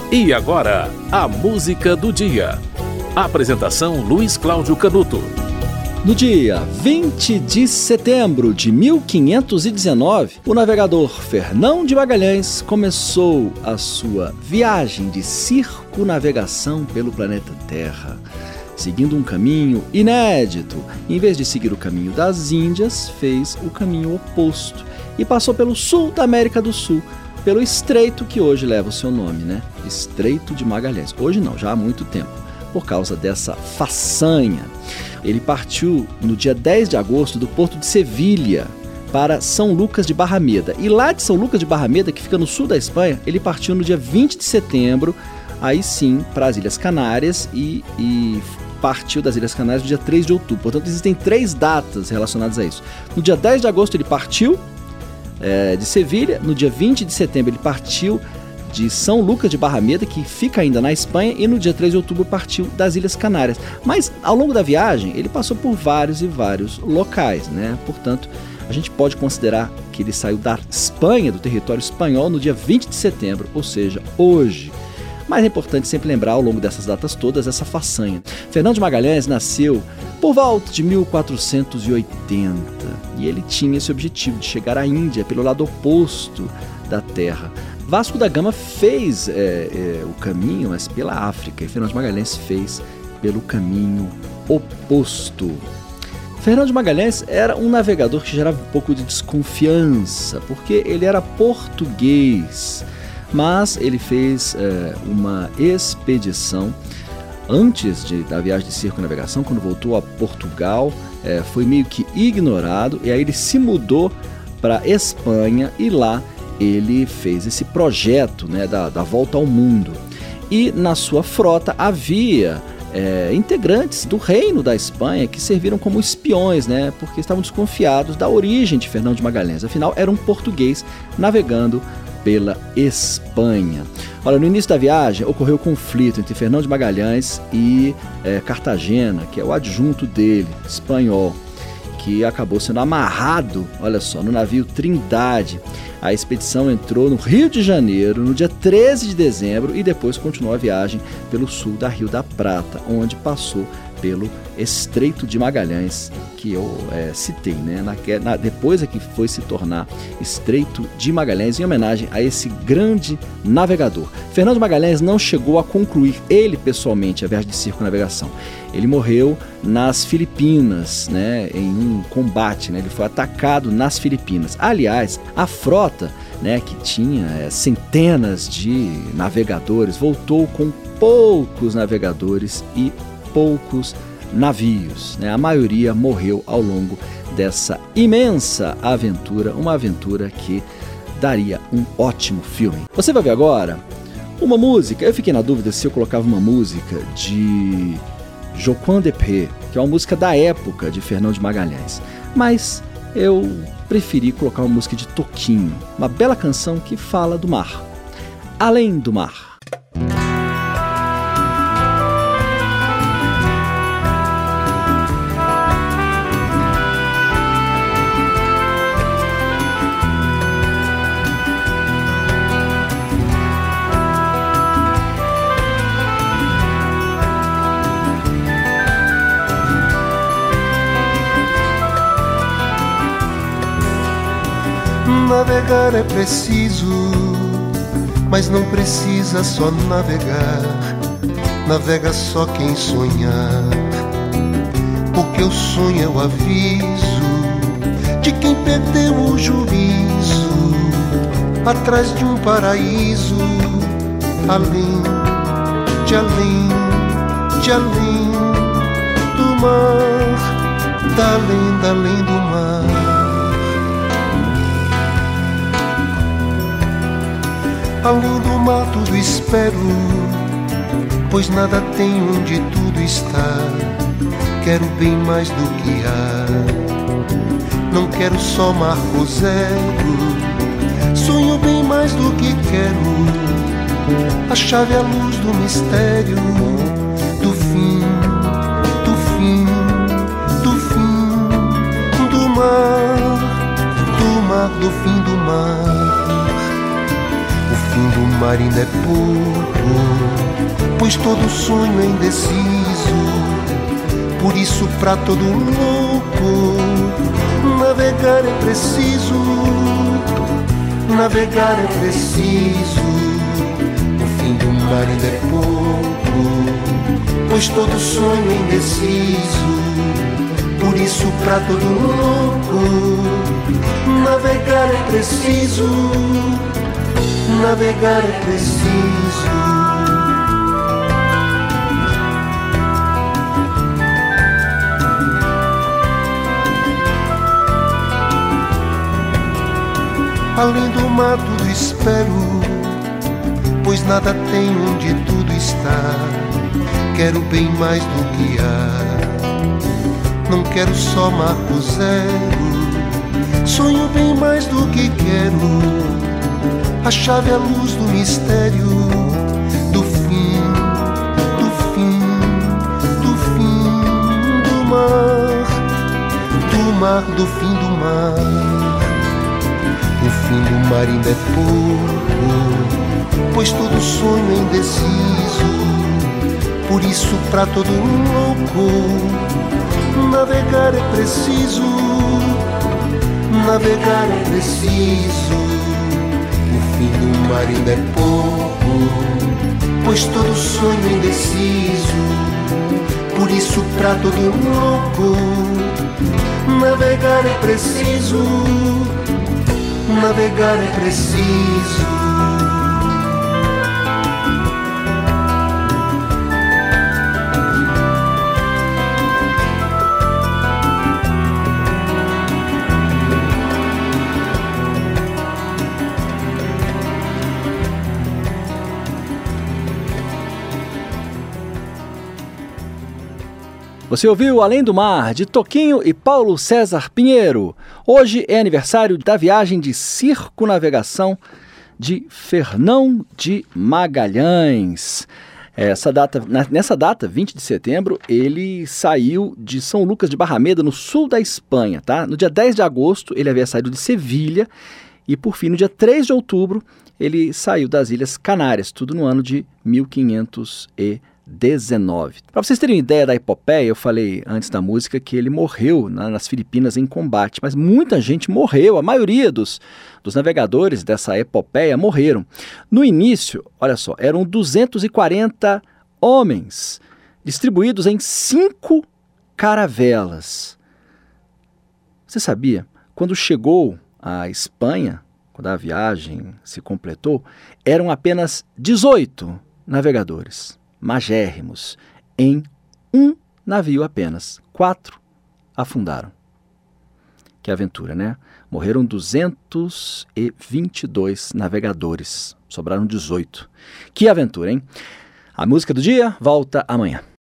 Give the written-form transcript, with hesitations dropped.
E agora, a música do dia. Apresentação Luiz Cláudio Canuto. No dia 20 de setembro de 1519, o navegador Fernão de Magalhães começou a sua viagem de circunnavegação pelo planeta Terra, seguindo um caminho inédito. Em vez de seguir o caminho das Índias, fez o caminho oposto e passou pelo sul da América do Sul, pelo estreito que hoje leva o seu nome, né? Estreito de Magalhães. Hoje não, já há muito tempo, por causa dessa façanha. Ele partiu no dia 10 de agosto do porto de Sevilha para São Lucas de Barrameda. E lá de São Lucas de Barrameda, que fica no sul da Espanha, ele partiu no dia 20 de setembro, aí sim, para as Ilhas Canárias e partiu das Ilhas Canárias no dia 3 de outubro. Portanto, existem 3 datas relacionadas a isso. No dia 10 de agosto ele partiu de Sevilha, no dia 20 de setembro ele partiu de São Lucas de Barrameda, que fica ainda na Espanha, e no dia 3 de outubro partiu das Ilhas Canárias. Mas ao longo da viagem ele passou por vários e vários locais, né? Portanto, a gente pode considerar que ele saiu da Espanha, do território espanhol, no dia 20 de setembro, ou seja, hoje. Mas é importante sempre lembrar ao longo dessas datas todas essa façanha. Fernão de Magalhães nasceu por volta de 1480 e ele tinha esse objetivo de chegar à Índia pelo lado oposto da Terra. Vasco da Gama fez o caminho, mas pela África, e Fernão de Magalhães fez pelo caminho oposto. Fernão de Magalhães era um navegador que gerava um pouco de desconfiança, porque ele era português, mas ele fez uma expedição antes da viagem de circunnavegação. Quando voltou a Portugal, foi meio que ignorado, e aí ele se mudou para Espanha e lá ele fez esse projeto, né, da volta ao mundo. E na sua frota havia integrantes do reino da Espanha que serviram como espiões, né, porque estavam desconfiados da origem de Fernão de Magalhães. Afinal, era um português navegando pela Espanha. Olha, no início da viagem ocorreu conflito entre Fernão de Magalhães e Cartagena, que é o adjunto dele, espanhol, que acabou sendo amarrado, olha só, no navio Trindade. A expedição entrou no Rio de Janeiro no dia 13 de dezembro e depois continuou a viagem pelo sul da Rio da Prata, onde passou pelo Estreito de Magalhães, que eu citei, né? Depois é que foi se tornar Estreito de Magalhães, em homenagem a esse grande navegador. Fernão de Magalhães não chegou a concluir, ele pessoalmente, a viagem de circunnavegação. Ele morreu nas Filipinas, né? Em um combate, né? Ele foi atacado nas Filipinas. Aliás, a frota, né, que tinha centenas de navegadores, voltou com poucos navegadores e poucos navios, né? A maioria morreu ao longo dessa imensa aventura, uma aventura que daria um ótimo filme. Você vai ver agora uma música. Eu fiquei na dúvida se eu colocava uma música de Joquin des Prés, que é uma música da época de Fernão de Magalhães, mas eu preferi colocar uma música de Toquinho, uma bela canção que fala do mar, Além do Mar. Navegar é preciso, mas não precisa só navegar. Navega só quem sonhar, porque o sonho é o aviso de quem perdeu o juízo, atrás de um paraíso, além de além, de além do mar, da além do mar. Além do mar tudo espero, pois nada tem onde tudo está. Quero bem mais do que há, não quero só marco zero. Sonho bem mais do que quero, a chave é a luz do mistério, do fim, do fim, do fim, do mar, do fim do mar. O fim do mar ainda é pouco, pois todo sonho é indeciso. Por isso pra todo louco navegar é preciso. Navegar é preciso. O fim do mar ainda é pouco, pois todo sonho é indeciso. Por isso pra todo louco navegar é preciso. Navegar é preciso. Além do mar tudo espero, pois nada tem onde tudo está. Quero bem mais do que há, não quero só marco zero. Sonho bem mais do que quero, a chave é a luz do mistério. Do fim, do fim, do fim do mar. Do mar, do fim do mar. O fim do mar ainda é pouco, pois todo sonho é indeciso. Por isso pra todo louco navegar é preciso. Navegar é preciso. O fim do mar ainda é pouco, pois todo sonho é indeciso. Por isso pra todo louco navegar é preciso. Navegar é preciso. Você ouviu Além do Mar, de Toquinho e Paulo César Pinheiro. Hoje é aniversário da viagem de circunnavegação de Fernão de Magalhães. Nessa data, 20 de setembro, ele saiu de São Lucas de Barrameda, no sul da Espanha. Tá? No dia 10 de agosto, ele havia saído de Sevilha e, por fim, no dia 3 de outubro, ele saiu das Ilhas Canárias, tudo no ano de 1519. Para vocês terem ideia da epopeia, eu falei antes da música que ele morreu nas Filipinas em combate, mas muita gente morreu, a maioria dos navegadores dessa epopeia morreram. No início, olha só, eram 240 homens, distribuídos em 5 caravelas. Você sabia? Quando chegou à Espanha, quando a viagem se completou, eram apenas 18 navegadores. Magérrimos, em um navio apenas. 4 afundaram. Que aventura, né? Morreram 222 navegadores, sobraram 18. Que aventura, hein? A música do dia volta amanhã.